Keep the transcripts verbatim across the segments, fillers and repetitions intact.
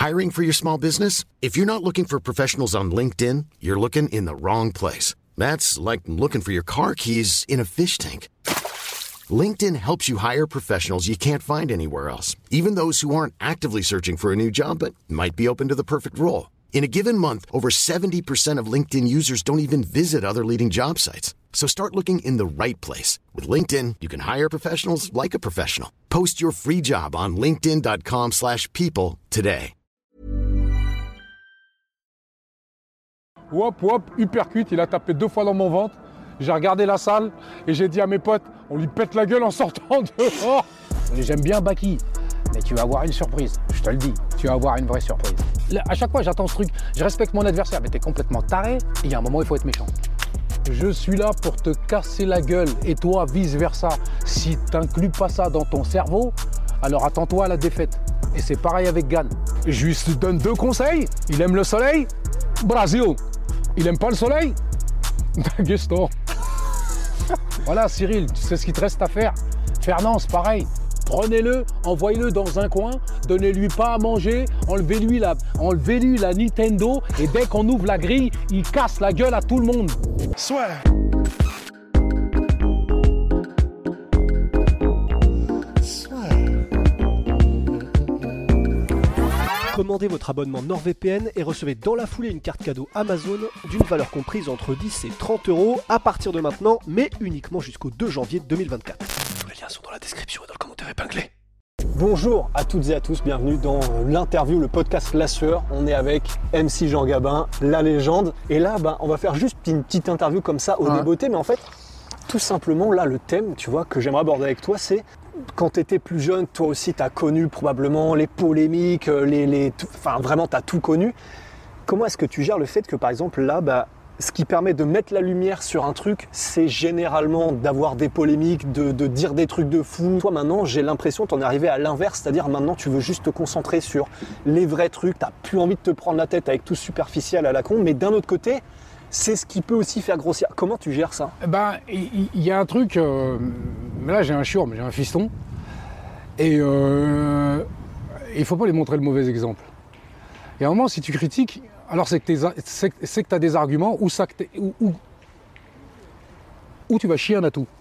Hiring for your small business? If you're not looking for professionals on LinkedIn, you're looking in the wrong place. That's like looking for your car keys in a fish tank. LinkedIn helps you hire professionals you can't find anywhere else, even those who aren't actively searching for a new job but might be open to the perfect role. In a given month, over seventy percent of LinkedIn users don't even visit other leading job sites. So start looking in the right place. With LinkedIn, you can hire professionals like a professional. Post your free job on linkedin.com slash people today. Hop, hop, uppercut, il a tapé deux fois dans mon ventre. J'ai regardé la salle et j'ai dit à mes potes, on lui pète la gueule en sortant dehors. J'aime bien Baki, mais tu vas avoir une surprise, je te le dis, tu vas avoir une vraie surprise. Là, à chaque fois, j'attends ce truc, je respecte mon adversaire, mais t'es complètement taré, et il y a un moment, il faut être méchant. Je suis là pour te casser la gueule, et toi, vice-versa. Si t'inclus pas ça dans ton cerveau, alors attends-toi à la défaite. Et c'est pareil avec Gane. Je lui donne deux conseils, il aime le soleil, Brasil. Il aime pas le soleil, Daguestan. Voilà Cyril, tu sais ce qu'il te reste à faire. Fernand, c'est pareil. Prenez-le, envoyez-le dans un coin, donnez-lui pas à manger, enlevez-lui la, enlevez-lui la Nintendo et dès qu'on ouvre la grille, il casse la gueule à tout le monde. Soit. Commandez votre abonnement NordVPN et recevez dans la foulée une carte cadeau Amazon d'une valeur comprise entre dix et trente euros à partir de maintenant, mais uniquement jusqu'au deux janvier deux mille vingt-quatre. Tous les liens sont dans la description et dans le commentaire épinglé. Bonjour à toutes et à tous, bienvenue dans l'interview, le podcast La Sueur. On est avec M C Jean Gabin, la légende. Et là, ben, on va faire juste une petite interview comme ça au Ouais. débeauté, mais en fait, tout simplement, là, le thème, tu vois, que j'aimerais aborder avec toi, c'est quand tu étais plus jeune, toi aussi, tu as connu probablement les polémiques, les, les, tout, enfin, vraiment, tu as tout connu. Comment est-ce que tu gères le fait que, par exemple, là, bah, ce qui permet de mettre la lumière sur un truc, c'est généralement d'avoir des polémiques, de, de dire des trucs de fou. Toi, maintenant, j'ai l'impression que tu en es arrivé à l'inverse, c'est-à-dire maintenant, tu veux juste te concentrer sur les vrais trucs, tu n'as plus envie de te prendre la tête avec tout superficiel à la con, mais d'un autre côté, c'est ce qui peut aussi faire grossir. Comment tu gères ça ? Ben, il y, y a un truc, euh, là j'ai un chiot, mais j'ai un fiston, et euh, il faut pas lui montrer le mauvais exemple. Et à un moment, si tu critiques, alors c'est que tu as des arguments ou, ça que ou, ou, ou tu vas chier un atout.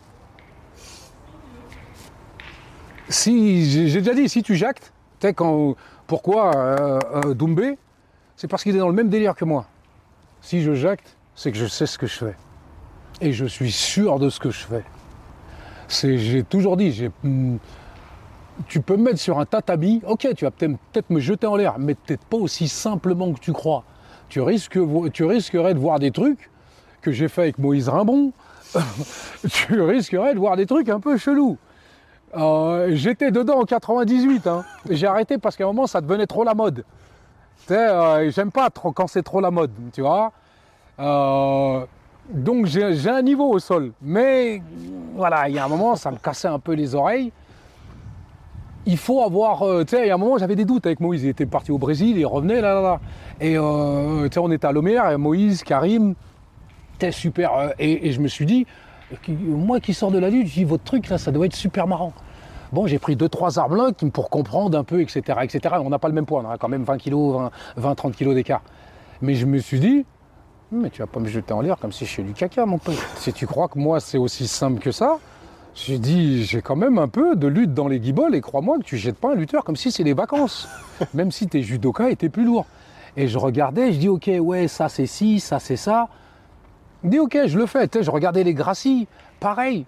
Si, j'ai déjà dit, si tu jactes, tu sais, quand, pourquoi euh, euh, Doumbé, c'est parce qu'il est dans le même délire que moi. Si je jacte, c'est que je sais ce que je fais. Et je suis sûr de ce que je fais. C'est, j'ai toujours dit, j'ai, tu peux me mettre sur un tatami, ok, tu vas peut-être, peut-être me jeter en l'air, mais peut-être pas aussi simplement que tu crois. Tu, risques, tu risquerais de voir des trucs que j'ai fait avec Moïse Rimbaud, tu risquerais de voir des trucs un peu chelous. Euh, j'étais dedans en quatre-vingt-dix-huit, hein. J'ai arrêté parce qu'à un moment ça devenait trop la mode. Tu sais, euh, j'aime pas trop quand c'est trop la mode, tu vois. Euh, donc j'ai, j'ai un niveau au sol, mais voilà, il y a un moment ça me cassait un peu les oreilles. Il faut avoir, euh, tu sais, il y a un moment j'avais des doutes avec Moïse, il était parti au Brésil, il revenait là là là. Et euh, tu sais, on était à Lomère, Moïse, Karim, c'était super. Euh, et, et je me suis dit, moi qui sors de la lutte, je dis votre truc là, ça doit être super marrant. Bon, j'ai pris deux, trois armes là pour comprendre un peu, et cetera, et cetera. On n'a pas le même poids, on a quand même vingt kilos, vingt, trente kilos d'écart. Mais je me suis dit, mais tu vas pas me jeter en l'air comme si je suis du caca, mon pote. Si tu crois que moi c'est aussi simple que ça, j'ai dit, j'ai quand même un peu de lutte dans les guibolles et crois-moi que tu jettes pas un lutteur comme si c'est des vacances. Même si t'es judoka et t'es plus lourd. Et je regardais, je dis, ok, ouais, ça c'est ci, ça c'est ça. Je dis, ok, je le fais. Tu sais, je regardais les Gracie, pareil.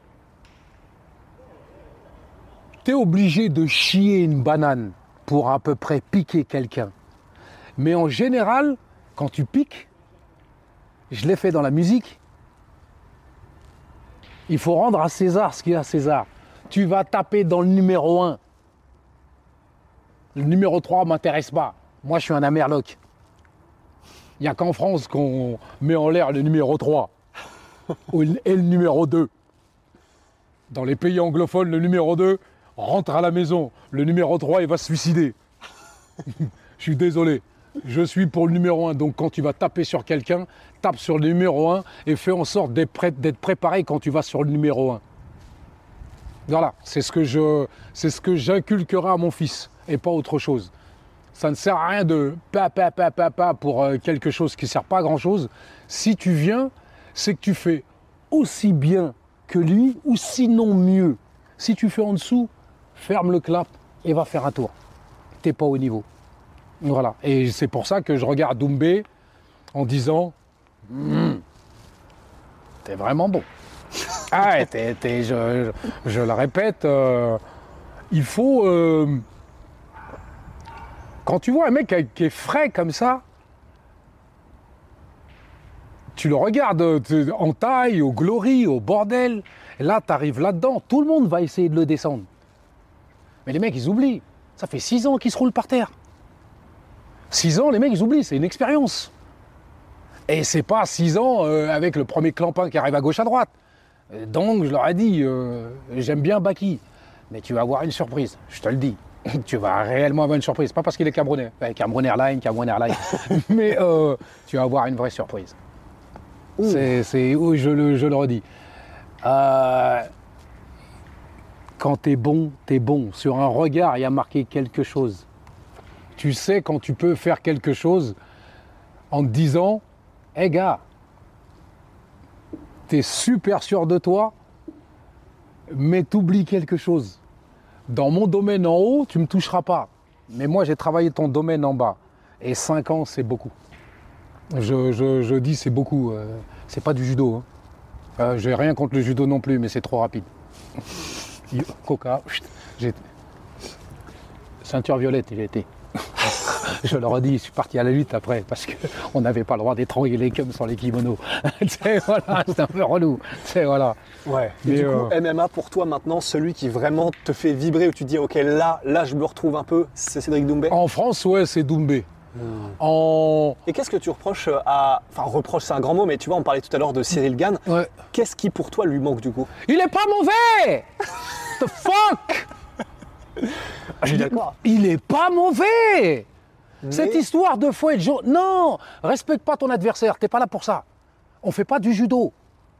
T'es obligé de chier une banane pour à peu près piquer quelqu'un. Mais en général, quand tu piques, je l'ai fait dans la musique, il faut rendre à César ce qu'il y a à César. Tu vas taper dans le numéro un. Le numéro trois ne m'intéresse pas. Moi, je suis un Amerloc. Il n'y a qu'en France qu'on met en l'air le numéro trois et le numéro deux. Dans les pays anglophones, le numéro deux rentre à la maison. Le numéro trois, il va se suicider. Je suis désolé. Je suis pour le numéro un. Donc quand tu vas taper sur quelqu'un, tape sur le numéro un et fais en sorte d'être, prêt, d'être préparé quand tu vas sur le numéro un. Voilà, c'est ce que je, c'est ce que j'inculquerai à mon fils et pas autre chose. Ça ne sert à rien de pa pa pa pa pa pour euh, quelque chose qui ne sert pas à grand chose. Si tu viens, c'est que tu fais aussi bien que lui ou sinon mieux. Si tu fais en dessous, ferme le clap et va faire un tour. T'es pas au niveau. Voilà. Et c'est pour ça que je regarde Doumbé en disant mmm, t'es vraiment bon. Ah ouais, t'es, t'es, je, je, je le répète, euh, il faut. Euh, quand tu vois un mec qui est frais comme ça, tu le regardes en taille, au glory, au bordel, et là tu arrives là-dedans, tout le monde va essayer de le descendre. Mais les mecs ils oublient, ça fait six ans qu'ils se roulent par terre. Six ans, les mecs ils oublient, c'est une expérience. Et c'est pas six ans euh, avec le premier clampin qui arrive à gauche à droite. Donc je leur ai dit, euh, j'aime bien Baki, mais tu vas avoir une surprise, je te le dis. Tu vas réellement avoir une surprise, pas parce qu'il est Camerounais, ouais, Cameroun Airlines, Cameroun Airlines, mais euh, tu vas avoir une vraie surprise. C'est, c'est, oui, je le, je le redis. Euh, quand t'es bon, t'es bon. Sur un regard, il y a marqué quelque chose. Tu sais quand tu peux faire quelque chose en te disant, hé hey gars, t'es super sûr de toi, mais t'oublies quelque chose. Dans mon domaine en haut, tu ne me toucheras pas. Mais moi, j'ai travaillé ton domaine en bas. Et cinq ans, c'est beaucoup. Je, je, je dis c'est beaucoup. Euh, c'est pas du judo. Hein. Euh, j'ai rien contre le judo non plus, mais c'est trop rapide. Coca, j'ai... ceinture violette, il a été. Je leur ai dit, je suis parti à la lutte après, parce qu'on n'avait pas le droit d'étrangler comme sans les kimonos. Voilà, c'est un peu relou. Voilà. Ouais. Et mais du coup, euh... M M A pour toi maintenant, celui qui vraiment te fait vibrer, où tu te dis, ok, là, là, je me retrouve un peu, c'est Cédric Doumbé. En France, ouais, c'est Doumbé. Mmh. En... Et qu'est-ce que tu reproches à... Enfin, reproche, c'est un grand mot, mais tu vois, on parlait tout à l'heure de Cyril Gane. Ouais. Qu'est-ce qui, pour toi, lui manque du coup? Il est pas mauvais. The fuck. Je suis d'accord. Il est pas mauvais. Mais... Cette histoire de fouet de jaune, non, respecte pas ton adversaire, t'es pas là pour ça. On fait pas du judo.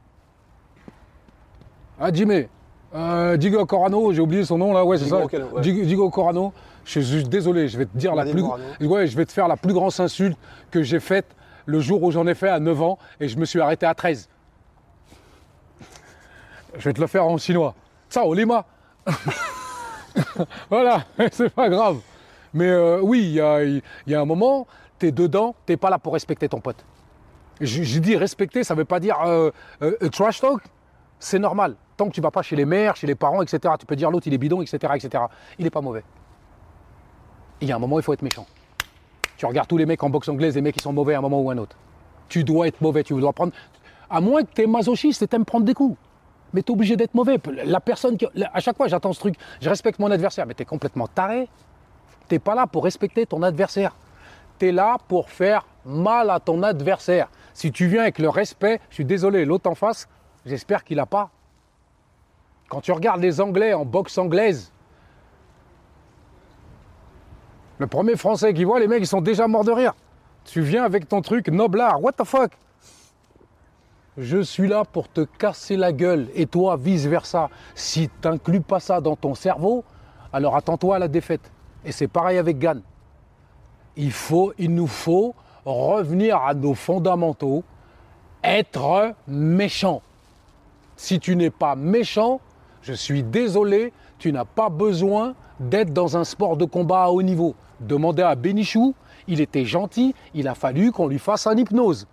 Ah, Jimmy, euh, Diego Corano, j'ai oublié son nom là, ouais, c'est Diego ça. Quel, ouais. Diego Corano, je suis désolé, je vais te dire la plus, ouais, je vais te faire la plus grande insulte que j'ai faite le jour où j'en ai fait à neuf ans et je me suis arrêté à treize. Je vais te le faire en chinois. Ça, Olima. Voilà, c'est pas grave. Mais euh, oui, il y a, y a un moment, t'es dedans, t'es pas là pour respecter ton pote. J'ai dit respecter, ça veut pas dire euh, euh, trash talk, c'est normal. Tant que tu vas pas chez les mères, chez les parents, et cetera. Tu peux dire l'autre il est bidon, et cetera, et cetera. Il est pas mauvais. Il y a un moment, il faut être méchant. Tu regardes tous les mecs en boxe anglaise, les mecs qui sont mauvais à un moment ou à un autre. Tu dois être mauvais, tu dois prendre... À moins que t'es masochiste et t'aimes prendre des coups. Mais t'es obligé d'être mauvais. La personne qui... À chaque fois, j'attends ce truc. Je respecte mon adversaire. Mais t'es complètement taré. T'es pas là pour respecter ton adversaire. T'es là pour faire mal à ton adversaire. Si tu viens avec le respect, je suis désolé, l'autre en face, j'espère qu'il n'a pas. Quand tu regardes les Anglais en boxe anglaise, le premier Français qui voit, les mecs, ils sont déjà morts de rire. Tu viens avec ton truc noblard, what the fuck? Je suis là pour te casser la gueule et toi, vice-versa. Si tu n'inclus pas ça dans ton cerveau, alors attends-toi à la défaite. Et c'est pareil avec Gane. Il faut, il nous faut revenir à nos fondamentaux, être méchant. Si tu n'es pas méchant, je suis désolé, tu n'as pas besoin d'être dans un sport de combat à haut niveau. Demandez à Bénichou, il était gentil, il a fallu qu'on lui fasse un hypnose.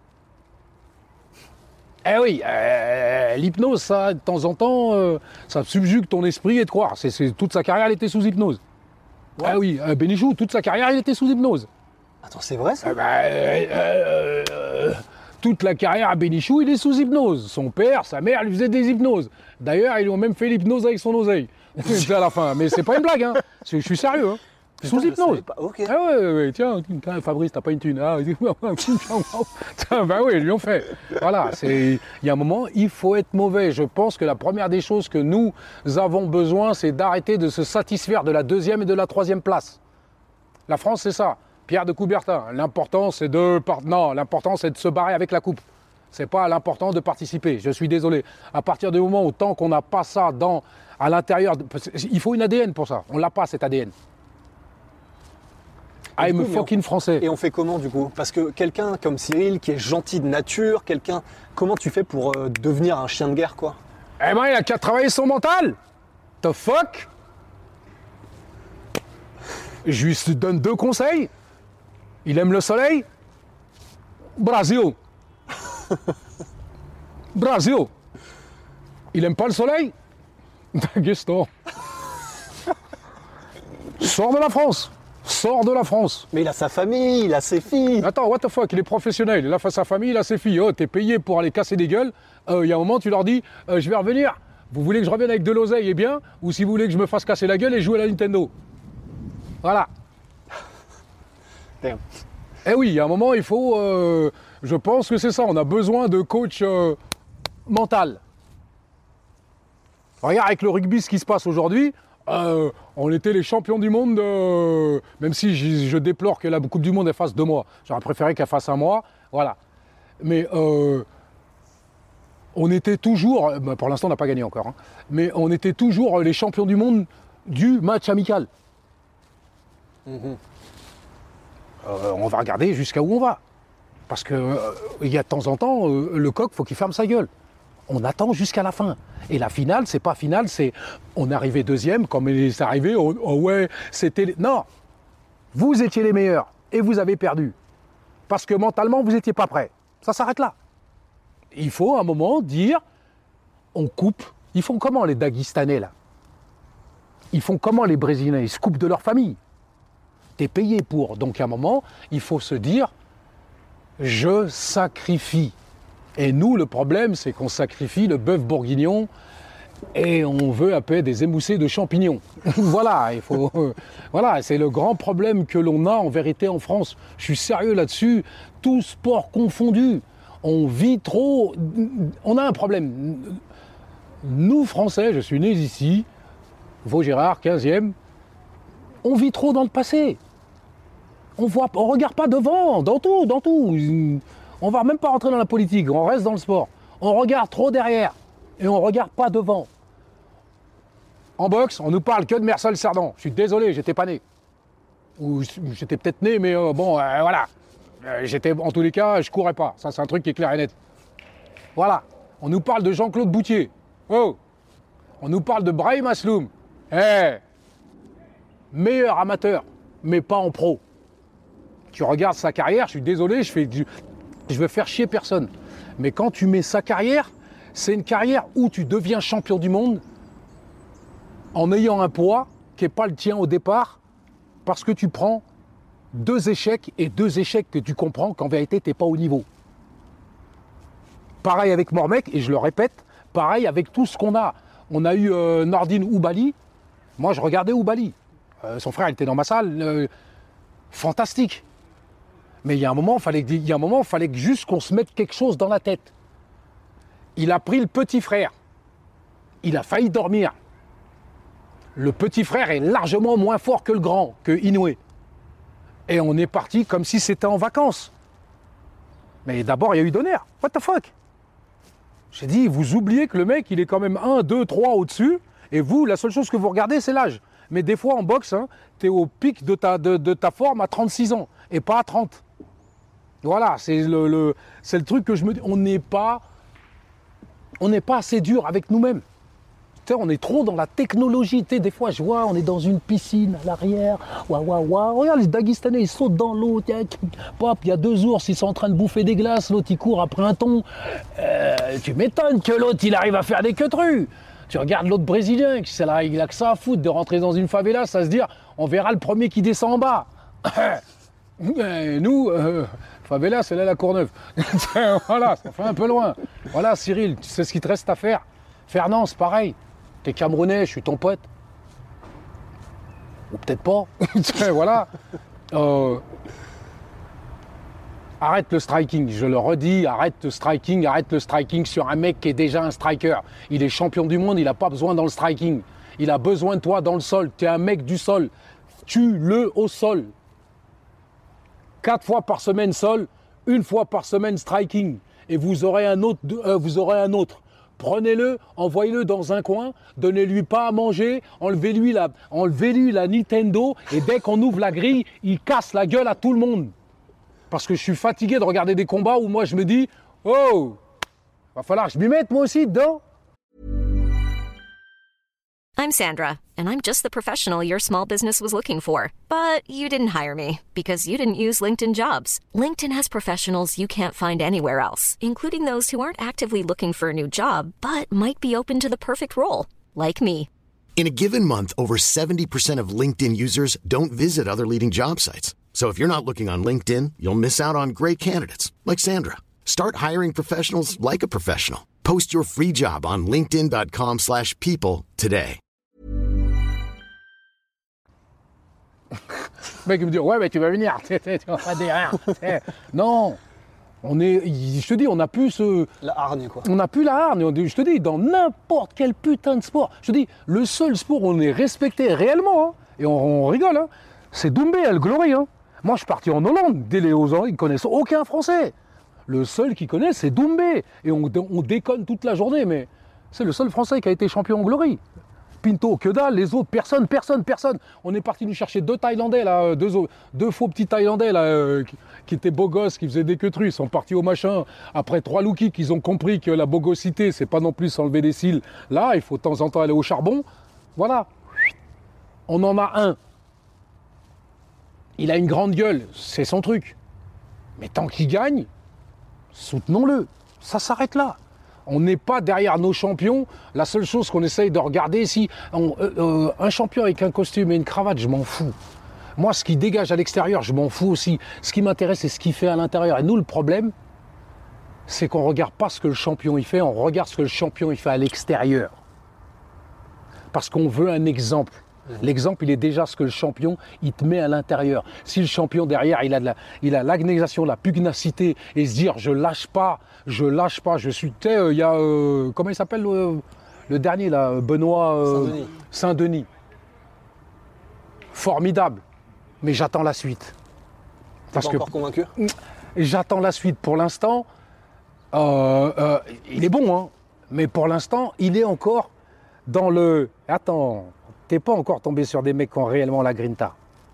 Eh oui, euh, l'hypnose, ça, de temps en temps, euh, ça subjugue ton esprit et de croire. C'est, c'est, toute sa carrière, elle était sous hypnose. Ouais. Ah oui, euh, Bénichou, toute sa carrière, il était sous hypnose. Attends, c'est vrai ça? euh, bah, euh, euh, euh, Toute la carrière à Bénichou, il est sous hypnose. Son père, sa mère lui faisaient des hypnoses. D'ailleurs, ils lui ont même fait l'hypnose avec son oseille. C'est à la fin. Mais c'est pas une blague, hein. Je suis sérieux, hein. Putain, sous hypnose. Okay. Ah ouais, ouais, ouais, tiens, Fabrice, t'as pas une thune. Ah, ben oui, ils lui ont fait. Voilà, c'est. Il y a un moment, il faut être mauvais. Je pense que la première des choses que nous avons besoin, c'est d'arrêter de se satisfaire de la deuxième et de la troisième place. La France, c'est ça. Pierre de Coubertin. L'important, c'est de. Non, l'important, c'est de se barrer avec la coupe. C'est pas l'important de participer. Je suis désolé. À partir du moment où tant qu'on n'a pas ça dans, à l'intérieur, il faut une A D N pour ça. On l'a pas, cet A D N. I'm Du a coup, mais fucking on- français. Et on fait comment du coup? Parce que quelqu'un comme Cyril, qui est gentil de nature, quelqu'un, comment tu fais pour euh, devenir un chien de guerre, quoi? Eh ben, il a qu'à travailler son mental. The fuck? Je lui donne deux conseils. Il aime le soleil. Brasil. Brasil. Il aime pas le soleil. Daguestan. Sors de la France. Sors de la France. Mais il a sa famille, il a ses filles. Attends, what the fuck, il est professionnel, il a fait sa famille, il a ses filles. Oh, t'es payé pour aller casser des gueules. Euh, Il y a un moment, tu leur dis, euh, je vais revenir. Vous voulez que je revienne avec de l'oseille, eh bien, ou si vous voulez que je me fasse casser la gueule et jouer à la Nintendo. Voilà. Damn. Eh oui, il y a un moment, il faut... euh, je pense que c'est ça, on a besoin de coach euh, mental. Regarde avec le rugby ce qui se passe aujourd'hui, euh, on était les champions du monde, euh, même si je, je déplore que la Coupe du Monde elle fasse deux mois. J'aurais préféré qu'elle fasse un mois, voilà. Mais euh, on était toujours, bah, pour l'instant on n'a pas gagné encore, hein, mais on était toujours les champions du monde du match amical. Mhm. Euh, on va regarder jusqu'à où on va. Parce qu'il euh, y a de temps en temps, euh, le coq, faut qu'il ferme sa gueule. On attend jusqu'à la fin. Et la finale, c'est pas finale, c'est on est arrivé deuxième, comme il est arrivé, oh, oh ouais, c'était... les- Non, vous étiez les meilleurs et vous avez perdu. Parce que mentalement, vous n'étiez pas prêts. Ça s'arrête là. Il faut à un moment dire, on coupe. Ils font comment les Daguestanais là? Ils font comment les Brésiliens? Ils se coupent de leur famille. T'es payé pour. Donc à un moment, il faut se dire, je sacrifie. Et nous, le problème, c'est qu'on sacrifie le bœuf bourguignon et on veut un peu des émoussés de champignons. Voilà, il faut, euh, voilà, c'est le grand problème que l'on a en vérité en France. Je suis sérieux là-dessus, tout sport confondu. On vit trop, on a un problème. Nous, Français, je suis né ici, Vaugirard, quinzième, on vit trop dans le passé. On voit, on regarde pas devant, dans tout, dans tout. On va même pas rentrer dans la politique, on reste dans le sport. On regarde trop derrière et on regarde pas devant. En boxe, on nous parle que de Mersal Cerdan. Je suis désolé, j'étais pas né. Ou j'étais peut-être né, mais euh, bon, euh, voilà. Euh, j'étais, en tous les cas, je courais pas. Ça, c'est un truc qui est clair et net. Voilà. On nous parle de Jean-Claude Boutier. Oh. On nous parle de Brahim Asloum. Eh. Meilleur amateur, mais pas en pro. Tu regardes sa carrière, je suis désolé, je fais du... je veux faire chier personne. Mais quand tu mets sa carrière, c'est une carrière où tu deviens champion du monde en ayant un poids qui n'est pas le tien au départ, parce que tu prends deux échecs et deux échecs que tu comprends qu'en vérité, tu n'es pas au niveau. Pareil avec Mormec, et je le répète, pareil avec tout ce qu'on a. On a eu euh, Nordine Oubaali. Moi, je regardais Oubaali. Euh, son frère, il était dans ma salle. Euh, fantastique. Mais il y a un moment, il fallait, il y a un moment, il fallait juste qu'on se mette quelque chose dans la tête. Il a pris le petit frère. Il a failli dormir. Le petit frère est largement moins fort que le grand, que Inoue. Et on est parti comme si c'était en vacances. Mais d'abord, il y a eu Donner. What the fuck? J'ai dit, vous oubliez que le mec, il est quand même un, deux, trois au-dessus. Et vous, la seule chose que vous regardez, c'est l'âge. Mais des fois, en boxe, hein, tu es au pic de ta, de, de ta forme à trente-six ans. Et pas à trente. Voilà, c'est le, le, c'est le truc que je me dis. On n'est pas, on n'est pas assez dur avec nous-mêmes. Tu sais, on est trop dans la technologie. Tu sais, des fois, je vois, on est dans une piscine à l'arrière. Waouh, waouh, waouh. Regarde, les Daguestanais, ils sautent dans l'eau. Tiens, pop, il y a deux ours, ils sont en train de bouffer des glaces. L'autre, il court après un thon. Euh, tu m'étonnes que l'autre, il arrive à faire des queutrues. Tu regardes l'autre Brésilien, qui là, il a que ça à foutre de rentrer dans une favela, ça se dire, on verra le premier qui descend en bas. Et nous, euh, favela, c'est là la Courneuve. Voilà, ça fait un peu loin. Voilà, Cyril, tu sais ce qu'il te reste à faire. Fernand, c'est pareil. T'es Camerounais, je suis ton pote. Ou peut-être pas. Voilà. Euh, arrête le striking, je le redis, arrête le striking, arrête le striking sur un mec qui est déjà un striker. Il est champion du monde, il n'a pas besoin dans le striking. Il a besoin de toi dans le sol. Tu es un mec du sol. Tue-le au sol. Quatre fois par semaine sol, une fois par semaine striking. Et vous aurez un autre. Euh, vous aurez un autre. prenez-le, envoyez-le dans un coin, donnez-lui pas à manger, enlevez-lui la, enlevez-lui la Nintendo et dès qu'on ouvre la grille, il casse la gueule à tout le monde. Parce que je suis fatigué de regarder des combats où moi je me dis « Oh, va falloir que je m'y mette moi aussi dedans ». I'm Sandra, and I'm just the professional your small business was looking for. But you didn't hire me because you didn't use LinkedIn Jobs. LinkedIn has professionals you can't find anywhere else, including those who aren't actively looking for a new job, but might be open to the perfect role, like me. In a given month, over seventy percent of LinkedIn users don't visit other leading job sites. So if you're not looking on LinkedIn, you'll miss out on great candidates like Sandra. Start hiring professionals like a professional. Post your free job on linkedin dot com slash people today. Le mec il me dit ouais mais tu vas venir, tu vas pas dire rien. Non, on est, je te dis, on n'a plus ce, la hargne quoi. On n'a plus la hargne. Je te dis, dans n'importe quel putain de sport. Je te dis, le seul sport où on est respecté réellement, hein, et on, on rigole, hein, c'est Doumbé, El Glory. Hein. Moi, je suis parti en Hollande. Dès les onze ans, ils ne connaissent aucun Français. Le seul qui connaît, c'est Doumbé. Et on, on déconne toute la journée, mais c'est le seul Français qui a été champion en Glory. Pinto, que dalle, les autres, personne, personne, personne. On est parti nous chercher deux Thaïlandais, là, deux, deux faux petits Thaïlandais là, euh, qui, qui étaient beaux gosses, qui faisaient des queutrus. Ils sont partis au machin. Après trois low kicks, ils ont compris que la bogosité, c'est pas non plus s'enlever des cils. Là, il faut de temps en temps aller au charbon. Voilà. On en a un. Il a une grande gueule, c'est son truc. Mais tant qu'il gagne, soutenons-le. Ça s'arrête là. On n'est pas derrière nos champions. La seule chose qu'on essaye de regarder, si on, euh, euh, un champion avec un costume et une cravate, je m'en fous. Moi, ce qui dégage à l'extérieur, je m'en fous aussi. Ce qui m'intéresse, c'est ce qu'il fait à l'intérieur. Et nous, le problème, c'est qu'on ne regarde pas ce que le champion il fait, on regarde ce que le champion il fait à l'extérieur. Parce qu'on veut un exemple. L'exemple, il est déjà ce que le champion, il te met à l'intérieur. Si le champion derrière, il a de la, il a l'abnégation, la pugnacité, et se dire, je lâche pas, je lâche pas, je suis, tu sais, il euh, y a, euh, comment il s'appelle le, le dernier là, Benoît euh, Saint-Denis. Saint-Denis. Formidable, mais j'attends la suite. T'es Parce pas que encore convaincu? j'attends la suite. Pour l'instant, euh, euh, il est bon, hein, mais pour l'instant, il est encore dans le. Attends. T'es pas encore tombé sur des mecs qui ont réellement la grinta.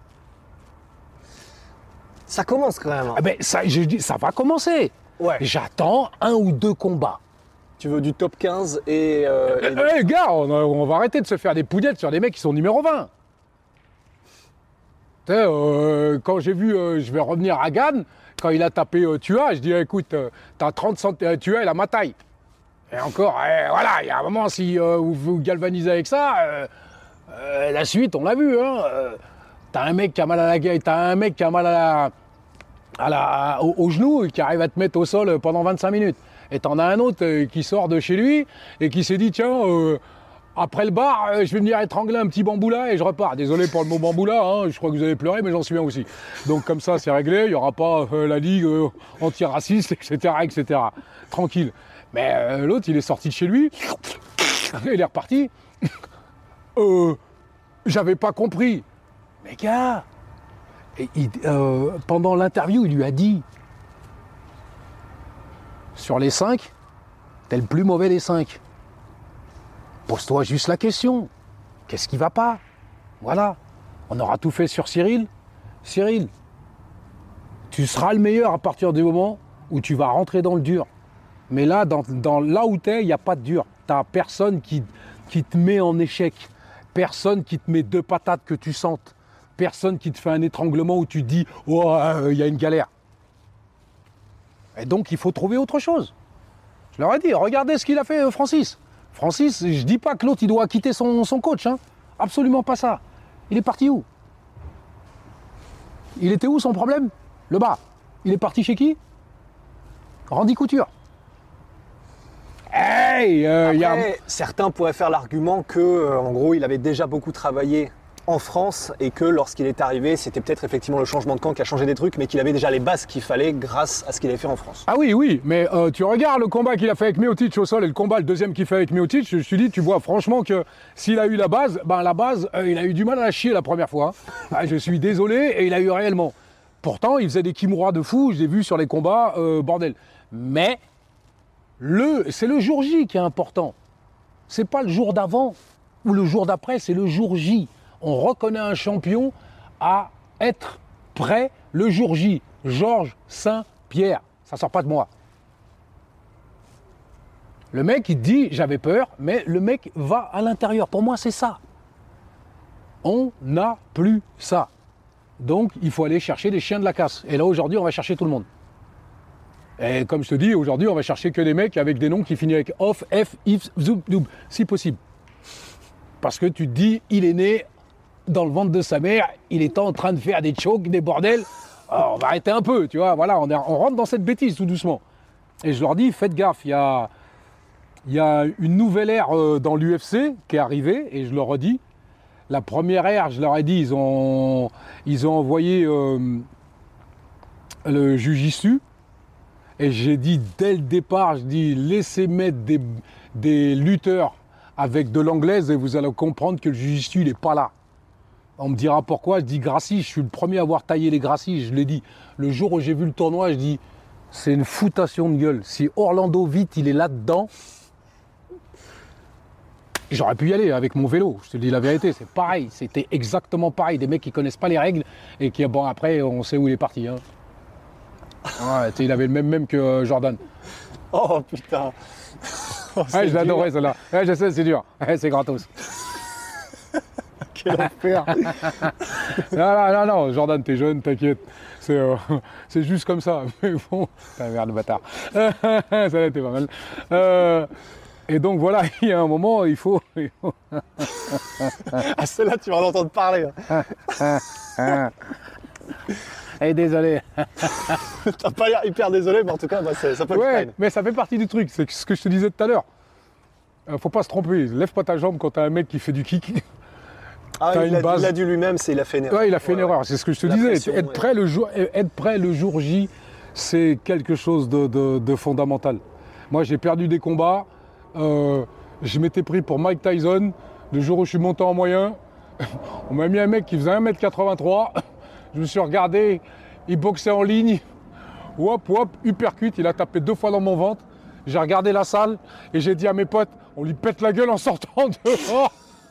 Ça commence quand même. Hein. Ah ben ça, je dis, ça va commencer. Ouais. J'attends un ou deux combats. Tu veux du top quinze et... Euh, et... Eh hey, gars, on, on va arrêter de se faire des pouillettes sur des mecs qui sont numéro vingt. Tu sais, euh, quand j'ai vu, euh, je vais revenir à Gann, quand il a tapé euh, Tua, je dis, écoute, euh, t'as trente centimètres, Tua, il a ma taille. Et encore, eh, voilà, il y a un moment, si euh, vous vous galvanisez avec ça... Euh, Euh, la suite, on l'a vu, hein. Euh, t'as un mec qui a mal à la gueule, t'as un mec qui a mal à la, à la, au, au genou et qui arrive à te mettre au sol pendant vingt-cinq minutes. Et t'en as un autre euh, qui sort de chez lui et qui s'est dit, tiens, euh, après le bar, euh, je vais venir étrangler un petit bambou là et je repars. Désolé pour le mot bambou là, hein, je crois que vous allez pleurer, mais j'en suis bien aussi. Donc comme ça, c'est réglé, il n'y aura pas euh, la ligue euh, antiraciste, et cetera, et cetera. Tranquille. Mais euh, l'autre, il est sorti de chez lui, il est reparti. Euh, j'avais pas compris. Mais gars, et il, euh, pendant l'interview, il lui a dit sur les cinq, t'es le plus mauvais des cinq. Pose-toi juste la question. Qu'est-ce qui va pas? Voilà. On aura tout fait sur Cyril. Cyril, tu seras le meilleur à partir du moment où tu vas rentrer dans le dur. Mais là, dans, dans, là où t'es, il n'y a pas de dur. T'as personne qui, qui te met en échec. Personne qui te met deux patates que tu sentes. Personne qui te fait un étranglement où tu te dis « Oh, il euh, y a une galère ». Et donc, il faut trouver autre chose. Je leur ai dit, regardez ce qu'il a fait euh, Francis. Francis, je dis pas que l'autre, il doit quitter son, son coach. Hein. Absolument pas ça. Il est parti où? Il était où son problème? Le bas. Il est parti chez qui? Randy Couture. Hey, euh, Après, y a... certains pourraient faire l'argument que, euh, en gros, il avait déjà beaucoup travaillé en France et que lorsqu'il est arrivé, c'était peut-être effectivement le changement de camp qui a changé des trucs, mais qu'il avait déjà les bases qu'il fallait grâce à ce qu'il avait fait en France. Ah oui, oui, mais euh, tu regardes le combat qu'il a fait avec Miocic au sol et le combat, le deuxième qu'il fait avec Miocic, je me suis dit, tu vois franchement que s'il a eu la base, ben la base, euh, il a eu du mal à la chier la première fois. Ah, je suis désolé, et il a eu réellement. Pourtant, il faisait des kimura de fou, je l'ai vu sur les combats, euh, bordel. Mais le, c'est le jour J qui est important. C'est pas le jour d'avant ou le jour d'après, c'est le jour J. On reconnaît un champion à être prêt le jour J. Georges Saint-Pierre, ça sort pas de moi. Le mec, il dit, j'avais peur, mais le mec va à l'intérieur. Pour moi, c'est ça. On n'a plus ça. Donc, il faut aller chercher des chiens de la casse. Et là, aujourd'hui, on va chercher tout le monde. Et comme je te dis, aujourd'hui, on va chercher que des mecs avec des noms qui finissent avec off, f, if, zoub, doub, si possible. Parce que tu te dis, il est né dans le ventre de sa mère, il est en train de faire des chokes, des bordels. Alors, on va arrêter un peu, tu vois. Voilà, on, est, on rentre dans cette bêtise tout doucement. Et je leur dis, faites gaffe, il y a, il y a une nouvelle ère euh, dans l'U F C qui est arrivée, et je leur redis, la première ère, je leur ai dit, ils ont, ils ont envoyé euh, le Jiu-Jitsu. Et j'ai dit dès le départ, je dis laissez mettre des, des lutteurs avec de l'anglaise et vous allez comprendre que le Jiu-Jitsu il n'est pas là. On me dira pourquoi, je dis Gracie, je suis le premier à avoir taillé les Gracie, je l'ai dit. Le jour où j'ai vu le tournoi, je dis c'est une foutation de gueule. Si Orlando Vitt il est là-dedans, j'aurais pu y aller avec mon vélo, je te dis la vérité, c'est pareil, c'était exactement pareil. Des mecs qui connaissent pas les règles et qui, bon après on sait où il est parti. Hein. Ouais, il avait le même même que euh, Jordan. Oh putain. Oh, ouais, je l'adorais celle-là. Ouais, je sais, c'est dur. Ouais, c'est gratos. Quel enfer. non, non, non, non, Jordan, t'es jeune, t'inquiète. C'est, euh, c'est juste comme ça. Mais bon, putain, merde, le bâtard. Ça était pas mal. Euh, et donc voilà, il y a un moment, il faut. Il faut... ah, celle-là, tu vas en entendre parler. Eh, désolé. T'as pas l'air hyper désolé, mais en tout cas, bah, ça peut ouais, être fine. mais ça fait partie du truc. C'est ce que je te disais tout à l'heure. Euh, faut pas se tromper. Lève pas ta jambe quand t'as un mec qui fait du kick. Ah, t'as il, une a, base. il a dit lui-même, c'est il a fait une erreur. Ouais, il a fait ouais, une erreur. ouais. C'est ce que je te La disais. pression, être, ouais. prêt le jour, être prêt le jour J, c'est quelque chose de, de, de fondamental. Moi, j'ai perdu des combats. Euh, je m'étais pris pour Mike Tyson. Le jour où je suis monté en moyen, on m'a mis un mec qui faisait un mètre quatre-vingt-trois. Je me suis regardé. Il boxait en ligne, whop, whop, uppercut, il a tapé deux fois dans mon ventre. J'ai regardé la salle et j'ai dit à mes potes, on lui pète la gueule en sortant dehors.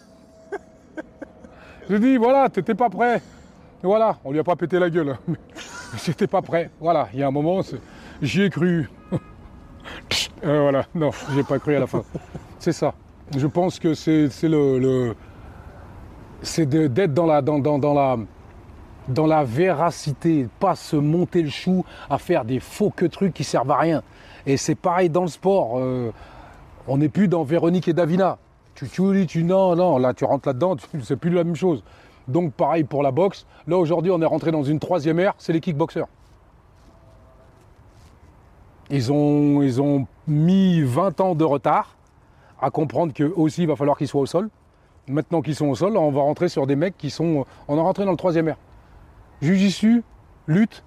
J'ai dit, voilà, t'étais pas prêt. Et voilà, on lui a pas pété la gueule. Mais j'étais pas prêt. Voilà, il y a un moment, c'est... j'y ai cru. euh, voilà, non, j'ai pas cru à la fin. C'est ça. Je pense que c'est, c'est le, le... c'est de, d'être dans la... Dans, dans, dans la dans la véracité, pas se monter le chou à faire des faux que trucs qui servent à rien. Et c'est pareil dans le sport. Euh, on n'est plus dans Véronique et Davina. Tu tu tu non non là tu rentres là-dedans, tu, c'est plus la même chose. Donc pareil pour la boxe. Là aujourd'hui on est rentré dans une troisième ère, c'est les kickboxers. Ils ont ils ont mis vingt ans de retard à comprendre que aussi il va falloir qu'ils soient au sol. Maintenant qu'ils sont au sol, on va rentrer sur des mecs qui sont, on est rentré dans le troisième ère. Jiu-Jitsu, lutte,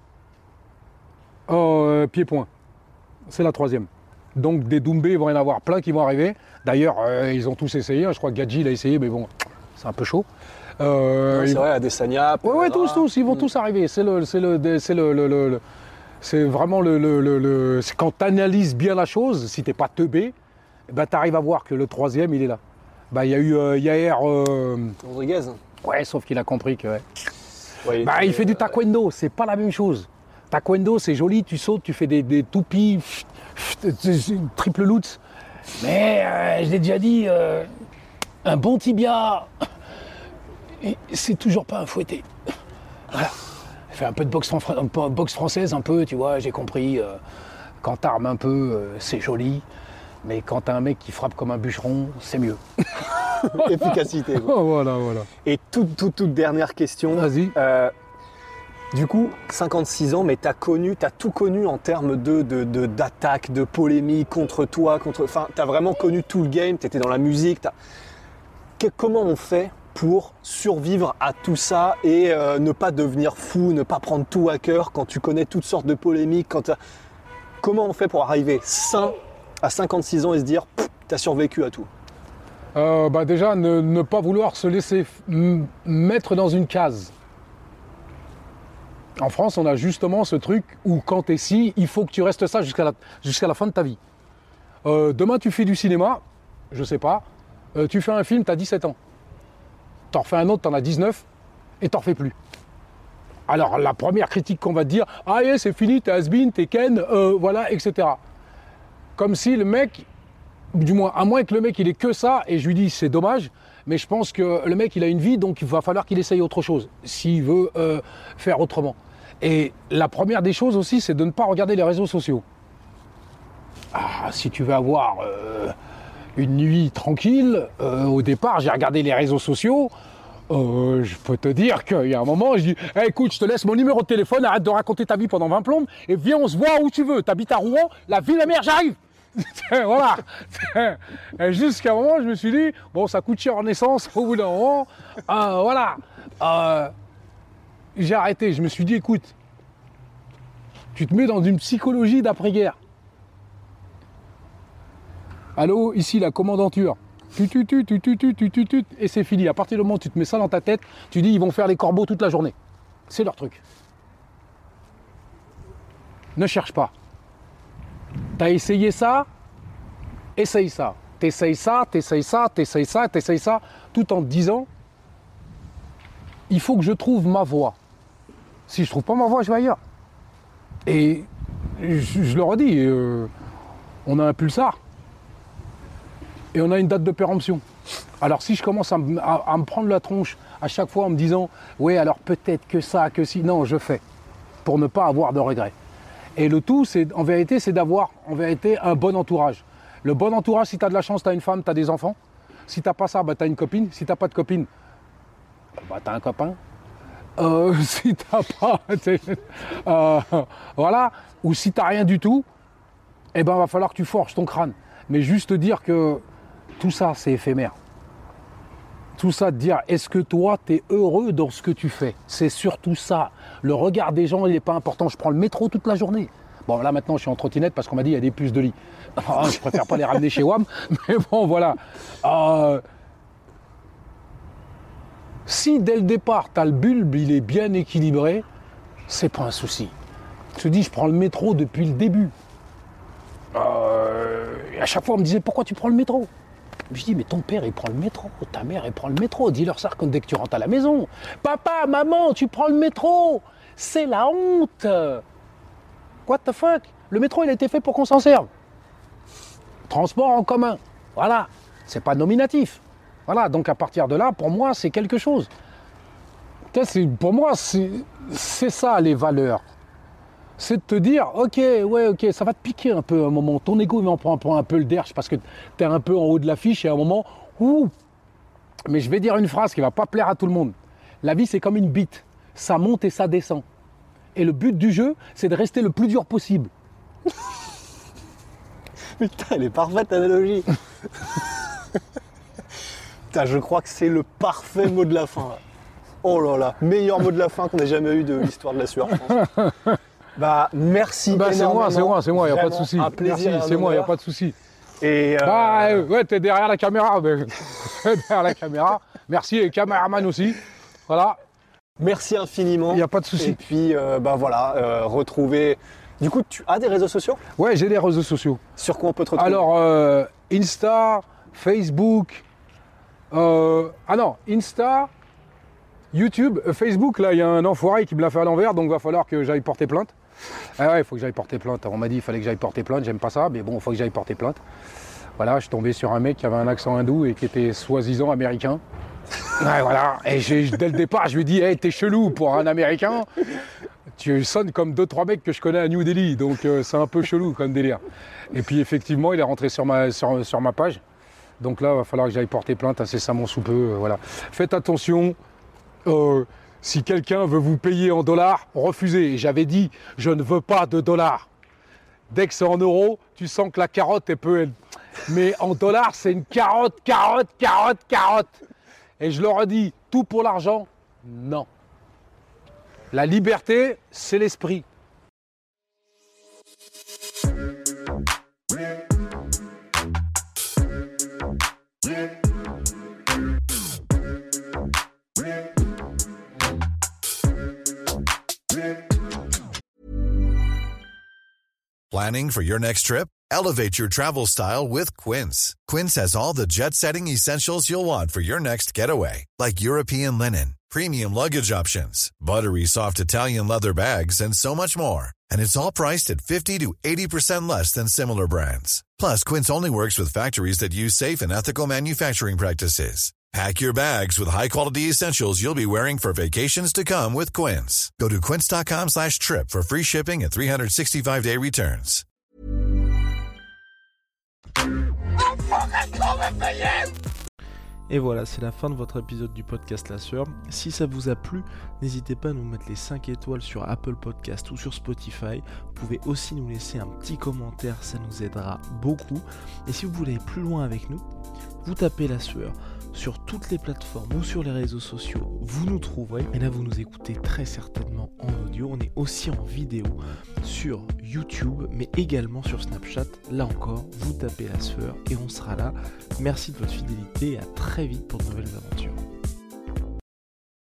euh, pied-point. C'est la troisième. Donc des Doumbé, il va y en avoir plein qui vont arriver. D'ailleurs, euh, ils ont tous essayé. Hein. Je crois que Gadji l'a essayé, mais bon, c'est un peu chaud. Euh, non, c'est vrai, Adesanya. Ouais, ouais, tous, tous, ils vont mmh. tous arriver. C'est le, c'est le, c'est le, le, le, le c'est vraiment le, le, le, le c'est quand tu analyses bien la chose, si t'es pas teubé, ben tu arrives à voir que le troisième, il est là. Bah, il y a eu euh, Yair euh... Rodriguez. Ouais, sauf qu'il a compris que. Ouais. Ouais, il bah, était, il fait du euh, taekwondo, c'est pas la même chose. Taekwondo, c'est joli, tu sautes, tu fais des, des toupies, triple lutz. Mais euh, je l'ai déjà dit, euh, un bon tibia, c'est toujours pas un fouetté. Voilà. Fait un peu de boxe, boxe française, un peu, tu vois, j'ai compris. Euh, quand t'armes un peu, euh, c'est joli. Mais quand t'as un mec qui frappe comme un bûcheron, c'est mieux. Efficacité. Oh, voilà, voilà. Et toute, toute, toute dernière question. Vas-y. Euh, du coup, cinquante-six ans, mais t'as connu, t'as tout connu en termes de, de, de, d'attaque, de polémique contre toi, contre. Enfin, t'as vraiment connu tout le game, t'étais dans la musique. T'as... Que, comment on fait pour survivre à tout ça et euh, ne pas devenir fou, ne pas prendre tout à cœur quand tu connais toutes sortes de polémiques, quand t'as... Comment on fait pour arriver sain à cinquante-six ans et se dire « t'as survécu à tout » euh, bah Déjà, ne, ne pas vouloir se laisser m- mettre dans une case. En France, on a justement ce truc où quand t'es si, il faut que tu restes ça jusqu'à la, jusqu'à la fin de ta vie. Euh, demain, tu fais du cinéma, je sais pas. Euh, tu fais un film, tu as dix-sept ans. T'en refais un autre, t'en as dix-neuf, et t'en refais plus. Alors, la première critique qu'on va te dire, ah, yeah, c'est fini, t'es has-been, t'es Ken, euh, voilà, et cetera. Comme si le mec, du moins, à moins que le mec, il ait que ça, et je lui dis, c'est dommage, mais je pense que le mec, il a une vie, donc il va falloir qu'il essaye autre chose, s'il veut euh, faire autrement. Et la première des choses aussi, c'est de ne pas regarder les réseaux sociaux. Ah, si tu veux avoir euh, une nuit tranquille, euh, au départ, j'ai regardé les réseaux sociaux. Euh, je peux te dire qu'il y a un moment, je dis hey, écoute, je te laisse mon numéro de téléphone, arrête de raconter ta vie pendant vingt plombes et viens, on se voit où tu veux. T'habites à Rouen, la ville, la mer, j'arrive. Voilà. Et jusqu'à un moment, je me suis dit bon, ça coûte cher en essence au bout d'un moment. Euh, voilà. Euh, j'ai arrêté. Je me suis dit écoute, tu te mets dans une psychologie d'après-guerre. Allô, ici la commandanture. Tu, tu, tu, tu, tu, tu, tu, tu, tu, et c'est fini. À partir du moment où tu te mets ça dans ta tête, tu dis ils vont faire les corbeaux toute la journée. C'est leur truc. Ne cherche pas. T'as essayé ça, essaye ça. T'essayes ça, t'essayes ça, t'essayes ça, t'essayes ça, tout en te disant il faut que je trouve ma voie. Si je trouve pas ma voie, je vais ailleurs. Et je, je leur ai dit, euh, on a un pulsar. Et on a une date de péremption. Alors si je commence à, m- à, à me prendre la tronche à chaque fois en me disant « Ouais, alors peut-être que ça, que si… » Non, je fais. Pour ne pas avoir de regrets. Et le tout, c'est, en vérité, c'est d'avoir en vérité un bon entourage. Le bon entourage, si tu as de la chance, tu as une femme, tu as des enfants. Si tu n'as pas ça, bah, tu as une copine. Si tu n'as pas de copine, bah, tu as un copain. Euh, si tu n'as pas… euh, voilà. Ou si tu n'as rien du tout, eh ben, va falloir que tu forges ton crâne. Mais juste dire que tout ça, c'est éphémère. Tout ça, de dire, est-ce que toi, tu es heureux dans ce que tu fais? C'est surtout ça. Le regard des gens, il n'est pas important. Je prends le métro toute la journée. Bon, là, maintenant, je suis en trottinette parce qu'on m'a dit, il y a des puces de lit. Oh, je préfère pas les ramener chez W A M. Mais bon, voilà. Euh... Si, dès le départ, tu as le bulbe, il est bien équilibré, c'est pas un souci. Je te dis, je prends le métro depuis le début. Euh... Et à chaque fois, on me disait, pourquoi tu prends le métro? Je dis, mais ton père, il prend le métro, ta mère, elle prend le métro. Dis-leur ça dès que tu rentres à la maison. Papa, maman, tu prends le métro. C'est la honte. What the fuck? Le métro, il a été fait pour qu'on s'en serve. Transport en commun. Voilà. C'est pas nominatif. Voilà. Donc, à partir de là, pour moi, c'est quelque chose. C'est, pour moi, c'est, c'est ça, les valeurs. C'est de te dire, ok, ouais, ok, ça va te piquer un peu à un moment. Ton ego, il en prend, prend un peu le derche parce que tu es un peu en haut de l'affiche et à un moment, ouh. Mais je vais dire une phrase qui ne va pas plaire à tout le monde. La vie, c'est comme une bite. Ça monte et ça descend. Et le but du jeu, c'est de rester le plus dur possible. Putain, elle est parfaite, l'analogie. Putain, je crois que c'est le parfait mot de la fin. Là. Oh là là, meilleur mot de la fin qu'on ait jamais eu de l'histoire de la sueur, je pense. Bah, merci bah, c'est moi, c'est moi, c'est moi, il n'y a pas de souci. Un plaisir. Merci, c'est moi, il n'y a pas de souci. Et euh... Bah, euh, ouais, t'es derrière la caméra. Mais... derrière la caméra. Merci, et caméraman aussi. Voilà. Merci infiniment. Il n'y a pas de souci. Et puis, euh, bah voilà, euh, retrouver. Du coup, tu as des réseaux sociaux? Ouais, j'ai des réseaux sociaux. Sur quoi on peut te retrouver? Alors, euh, Insta, Facebook. Euh... Ah non, Insta. YouTube, euh, Facebook, là, il y a un enfoiré qui me l'a fait à l'envers, donc il va falloir que j'aille porter plainte. Ah ouais, il faut que j'aille porter plainte. On m'a dit qu'il fallait que j'aille porter plainte, j'aime pas ça, mais bon, il faut que j'aille porter plainte. Voilà, je suis tombé sur un mec qui avait un accent hindou et qui était soi-disant américain. Ouais, voilà, et j'ai, dès le départ, je lui ai dit, hey, t'es chelou pour un américain. Tu sonnes comme deux, trois mecs que je connais à New Delhi, donc euh, c'est un peu chelou comme délire. Et puis effectivement, il est rentré sur ma, sur, sur ma page. Donc là, il va falloir que j'aille porter plainte incessamment sous peu. Euh, voilà. Faites attention. Euh, si quelqu'un veut vous payer en dollars, refusez. Et j'avais dit, je ne veux pas de dollars. Dès que c'est en euros, tu sens que la carotte est peu... Mais en dollars, c'est une carotte, carotte, carotte, carotte. Et je leur ai dit, tout pour l'argent, non. La liberté, c'est l'esprit. Planning for your next trip? Elevate your travel style with Quince. Quince has all the jet-setting essentials you'll want for your next getaway, like European linen, premium luggage options, buttery soft Italian leather bags, and so much more. And it's all priced at fifty to eighty percent less than similar brands. Plus, Quince only works with factories that use safe and ethical manufacturing practices. Pack your bags with high-quality essentials you'll be wearing for vacations to come with Quince. Go to quince.com slash trip for free shipping and three sixty-five day returns. Et voilà, c'est la fin de votre épisode du podcast La Sueur. Si ça vous a plu, n'hésitez pas à nous mettre les cinq étoiles sur Apple Podcast ou sur Spotify. Vous pouvez aussi nous laisser un petit commentaire, ça nous aidera beaucoup. Et si vous voulez aller plus loin avec nous, vous tapez La Sueur sur toutes les plateformes ou sur les réseaux sociaux, vous nous trouverez. Et là, vous nous écoutez très certainement en audio. On est aussi en vidéo sur YouTube, mais également sur Snapchat. Là encore, vous tapez La Sueur et on sera là. Merci de votre fidélité et à très vite pour de nouvelles aventures.